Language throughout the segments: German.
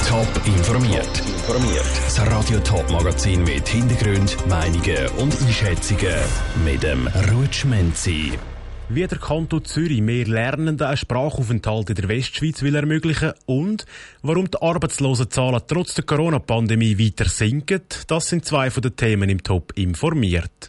Top informiert. Das Radio Top Magazin mit Hintergrund, Meinungen und Einschätzungen mit dem Rutschmenzi. Wie der Kanton Zürich mehr Lernenden einen Sprachaufenthalt in der Westschweiz will ermöglichen und warum die Arbeitslosenzahlen trotz der Corona-Pandemie weiter sinken, das sind zwei von den Themen im Top informiert.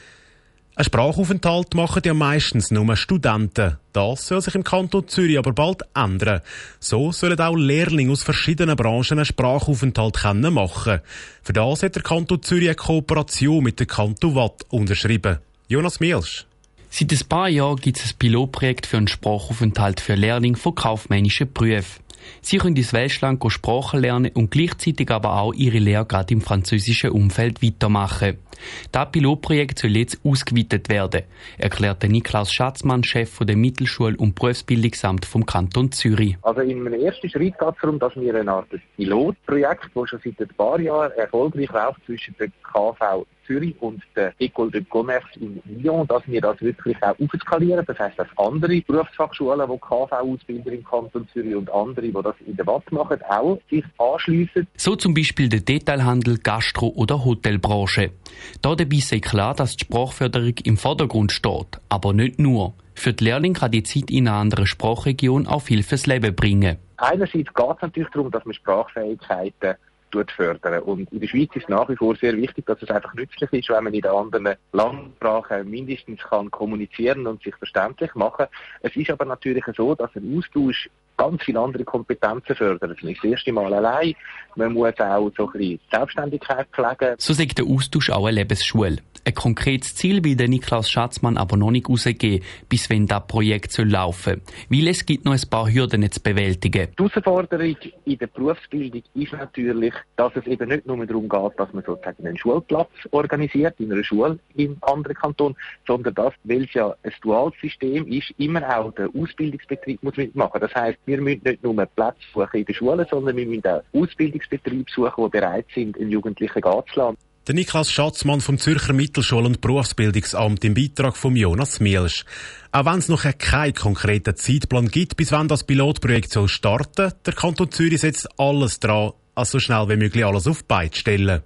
Ein Sprachaufenthalt machen ja meistens nur Studenten. Das soll sich im Kanton Zürich aber bald ändern. So sollen auch Lehrlinge aus verschiedenen Branchen einen Sprachaufenthalt machen. Für das hat der Kanton Zürich eine Kooperation mit dem Kanton Waadt unterschrieben. Jonas Mielsch. Seit ein paar Jahren gibt es ein Pilotprojekt für einen Sprachaufenthalt für Lehrlinge von kaufmännischen Berufen. Sie können ins Welschland Sprachen lernen und gleichzeitig aber auch ihre Lehre gerade im französischen Umfeld weitermachen. Das Pilotprojekt soll jetzt ausgeweitet werden, erklärte Niklas Schatzmann, Chef des Mittelschul- und Berufsbildungsamt vom Kanton Zürich. Also in einem ersten Schritt geht es darum, dass wir eine Art Pilotprojekt, das schon seit ein paar Jahren erfolgreich läuft zwischen der KV Zürich und der École de Commerce in Lyon, dass wir das wirklich auch aufskalieren. Das heisst, dass andere Berufsfachschulen, die KV-Ausbilder im Kanton Zürich und andere, die das in der Watt machen, auch sich anschliessen. So zum Beispiel der Detailhandel, Gastro- oder Hotelbranche. Dabei sei klar, dass die Sprachförderung im Vordergrund steht, aber nicht nur. Für die Lehrlinge kann die Zeit in einer anderen Sprachregion auch viel fürs Leben bringen. Einerseits geht es natürlich darum, dass man Sprachfähigkeiten fördern. Und in der Schweiz ist es nach wie vor sehr wichtig, dass es einfach nützlich ist, wenn man in den anderen Landessprachen mindestens kann kommunizieren und sich verständlich machen. Es ist aber natürlich so, dass ein Austausch ganz viele andere Kompetenzen fördert. Das ist das erste Mal allein. Man muss auch so ein bisschen Selbstständigkeit pflegen. So sagt der Austausch auch eine Lebensschule. Ein konkretes Ziel will der Niklas Schatzmann aber noch nicht rausgeben, bis wenn das Projekt laufen soll. Weil es gibt noch ein paar Hürden zu bewältigen. Die Herausforderung in der Berufsbildung ist natürlich, dass es eben nicht nur darum geht, dass man sozusagen einen Schulplatz organisiert in einer Schule im anderen Kanton, sondern dass, weil es ja ein duales System ist, immer auch der Ausbildungsbetrieb muss mitmachen. Das heisst, wir müssen nicht nur Plätze suchen in der Schule, sondern wir müssen auch Ausbildungsbetriebe suchen, die bereit sind, einen Jugendlichen gehen zu lassen. Der Niklas Schatzmann vom Zürcher Mittelschul- und Berufsbildungsamt im Beitrag von Jonas Mielsch. Auch wenn es noch keinen konkreten Zeitplan gibt, bis wann das Pilotprojekt soll starten, der Kanton Zürich setzt alles dran, so schnell wie möglich alles auf die Beine zu stellen.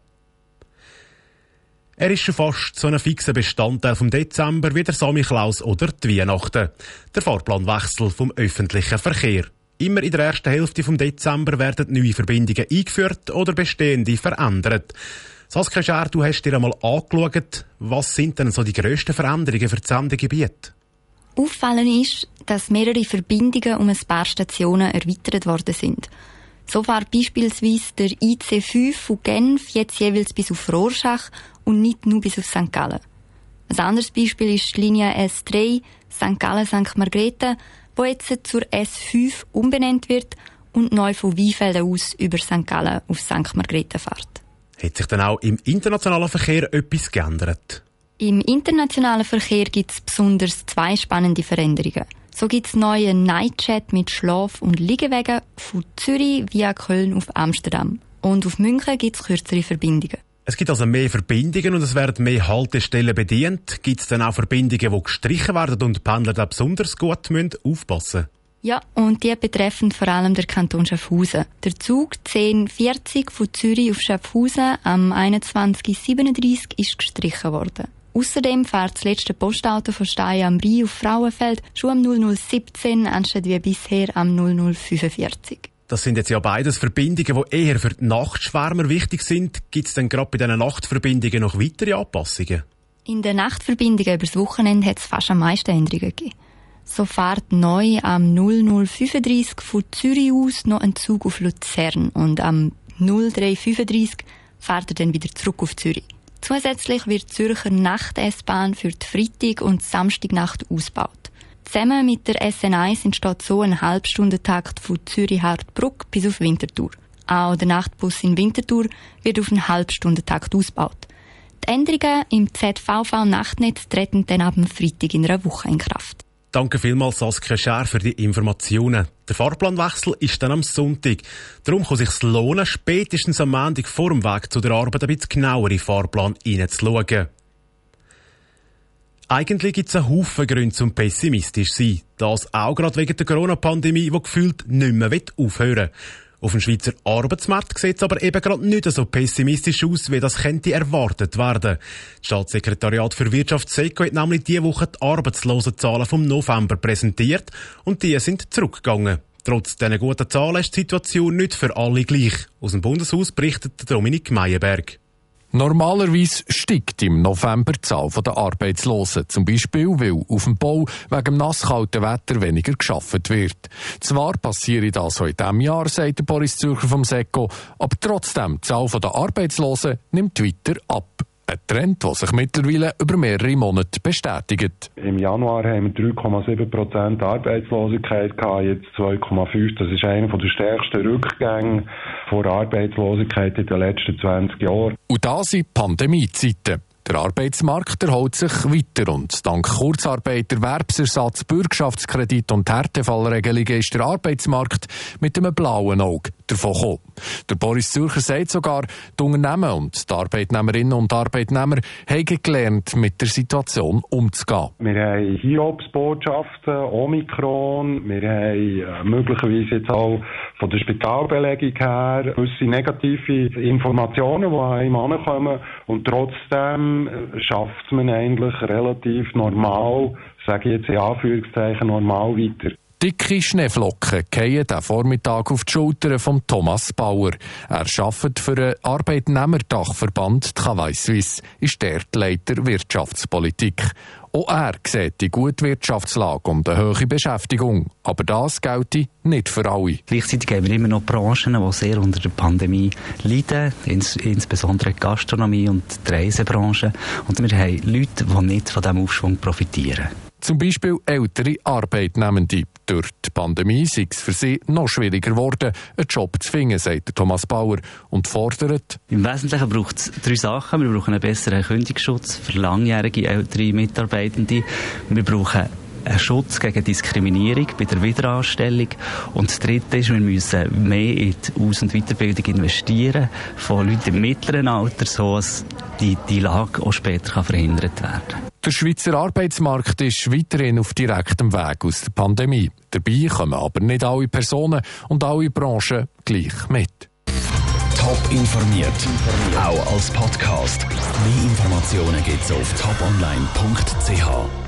Er ist schon fast so ein fixer Bestandteil vom Dezember wie der Samichlaus oder die Weihnachten. Der Fahrplanwechsel vom öffentlichen Verkehr. Immer in der ersten Hälfte vom Dezember werden neue Verbindungen eingeführt oder bestehende verändert. Saskia Schär, du hast dir einmal angeschaut, was sind denn so die grössten Veränderungen für das Sendegebiet? Auffallend ist, dass mehrere Verbindungen um ein paar Stationen erweitert worden sind. So fährt beispielsweise der IC5 von Genf jetzt jeweils bis auf Rorschach und nicht nur bis auf St. Gallen. Ein anderes Beispiel ist die Linie S3 St. Gallen-St. Margrethe, die jetzt zur S5 umbenannt wird und neu von Weinfelden aus über St. Gallen auf St. Margrethe fährt. Hat sich dann auch im internationalen Verkehr etwas geändert? Im internationalen Verkehr gibt es besonders zwei spannende Veränderungen. So gibt es neue Nightjet mit Schlaf- und Liegewegen von Zürich via Köln auf Amsterdam. Und auf München gibt es kürzere Verbindungen. Es gibt also mehr Verbindungen und es werden mehr Haltestellen bedient. Gibt es dann auch Verbindungen, die gestrichen werden und die Pendler da besonders gut aufpassen müssen? Ja, und die betreffen vor allem den Kanton Schaffhausen. Der Zug 1040 von Zürich auf Schaffhausen am 21:37 ist gestrichen worden. Außerdem fährt das letzte Postauto von Steyr am Rhein auf Frauenfeld schon am 00:17 anstatt wie bisher am 00:45. Das sind jetzt ja beides Verbindungen, die eher für die Nachtschwärmer wichtig sind. Gibt es denn gerade bei diesen Nachtverbindungen noch weitere Anpassungen? In den Nachtverbindungen übers Wochenende hat es fast am meisten Änderungen gegeben. So fährt neu am 00:35 von Zürich aus noch ein Zug auf Luzern und am 03:35 fährt er dann wieder zurück auf Zürich. Zusätzlich wird die Zürcher Nacht-S-Bahn für die Freitag- und Samstagnacht ausgebaut. Zusammen mit der SN1 entsteht so ein Halbstundentakt von Zürich-Hartbrugg bis auf Winterthur. Auch der Nachtbus in Winterthur wird auf einen Halbstundentakt ausgebaut. Die Änderungen im ZVV-Nachtnetz treten dann ab dem Freitag in einer Woche in Kraft. Danke vielmals, Saskia Schär, für die Informationen. Der Fahrplanwechsel ist dann am Sonntag. Darum kann es sich lohnen, spätestens am Montag vor dem Weg zu der Arbeit ein bisschen genauer in den Fahrplan hineinzuschauen. Eigentlich gibt es einen Haufen Gründe zum pessimistisch zu sein. Das auch gerade wegen der Corona-Pandemie, die gefühlt nicht mehr aufhören will. Auf dem Schweizer Arbeitsmarkt sieht es aber eben gerade nicht so pessimistisch aus, wie das könnte erwartet werden. Das Staatssekretariat für Wirtschaft SECO hat nämlich diese Woche die Arbeitslosenzahlen vom November präsentiert und die sind zurückgegangen. Trotz dieser guten Zahlen ist die Situation nicht für alle gleich. Aus dem Bundeshaus berichtet Dominik Meyerberg. Normalerweise steigt im November die Zahl der Arbeitslosen. Zum Beispiel, weil auf dem Bau wegen dem nasskalten Wetter weniger geschafft wird. Zwar passiert das auch in diesem Jahr, sagt der Boris Zürcher vom SECO, aber trotzdem, die Zahl der Arbeitslosen nimmt weiter ab. Ein Trend, der sich mittlerweile über mehrere Monate bestätigt. Im Januar haben wir 3,7% Arbeitslosigkeit gehabt, jetzt 2,5%. Das ist einer der stärksten Rückgänge von Arbeitslosigkeit in den letzten 20 Jahren. Und das in Pandemiezeiten. Der Arbeitsmarkt erholt sich weiter und dank Kurzarbeit, Erwerbsersatz, Bürgschaftskredit und Härtefallregelungen ist der Arbeitsmarkt mit einem blauen Auge davon gekommen. Der Boris Zürcher sagt sogar, die Unternehmen und die Arbeitnehmerinnen und Arbeitnehmer haben gelernt, mit der Situation umzugehen. Wir haben Hiobsbotschaften, Omikron, wir haben möglicherweise jetzt auch von der Spitalbelegung her gewisse negative Informationen, die einem ankommen und trotzdem schafft man eigentlich relativ normal, sage ich jetzt in Anführungszeichen, normal weiter. Dicke Schneeflocken fallen diesen Vormittag auf die Schultern von Thomas Bauer. Er arbeitet für einen Arbeitnehmerdachverband, die Travail Suisse, ist dort Leiter Wirtschaftspolitik. Auch er sieht die gute Wirtschaftslage und eine hohe Beschäftigung. Aber das gelte nicht für alle. Gleichzeitig haben wir immer noch Branchen, die sehr unter der Pandemie leiden, insbesondere die Gastronomie und die Reisebranche. Und wir haben Leute, die nicht von diesem Aufschwung profitieren. Zum Beispiel ältere Arbeitnehmende. Durch die Pandemie sei es für sie noch schwieriger geworden, einen Job zu finden, sagt Thomas Bauer und fordert: Im Wesentlichen braucht es 3 Sachen. Wir brauchen einen besseren Kündigungsschutz für langjährige ältere Mitarbeitende. Wir brauchen einen Schutz gegen Diskriminierung bei der Wiederanstellung. Und das Dritte ist, wir müssen mehr in die Aus- und Weiterbildung investieren von Leuten im mittleren Alter, so dass die Lage auch später verhindert werden kann. Der Schweizer Arbeitsmarkt ist weiterhin auf direktem Weg aus der Pandemie. Dabei kommen aber nicht alle Personen und alle Branchen gleich mit. Top informiert, auch als Podcast. Mehr Informationen gibt's auf toponline.ch.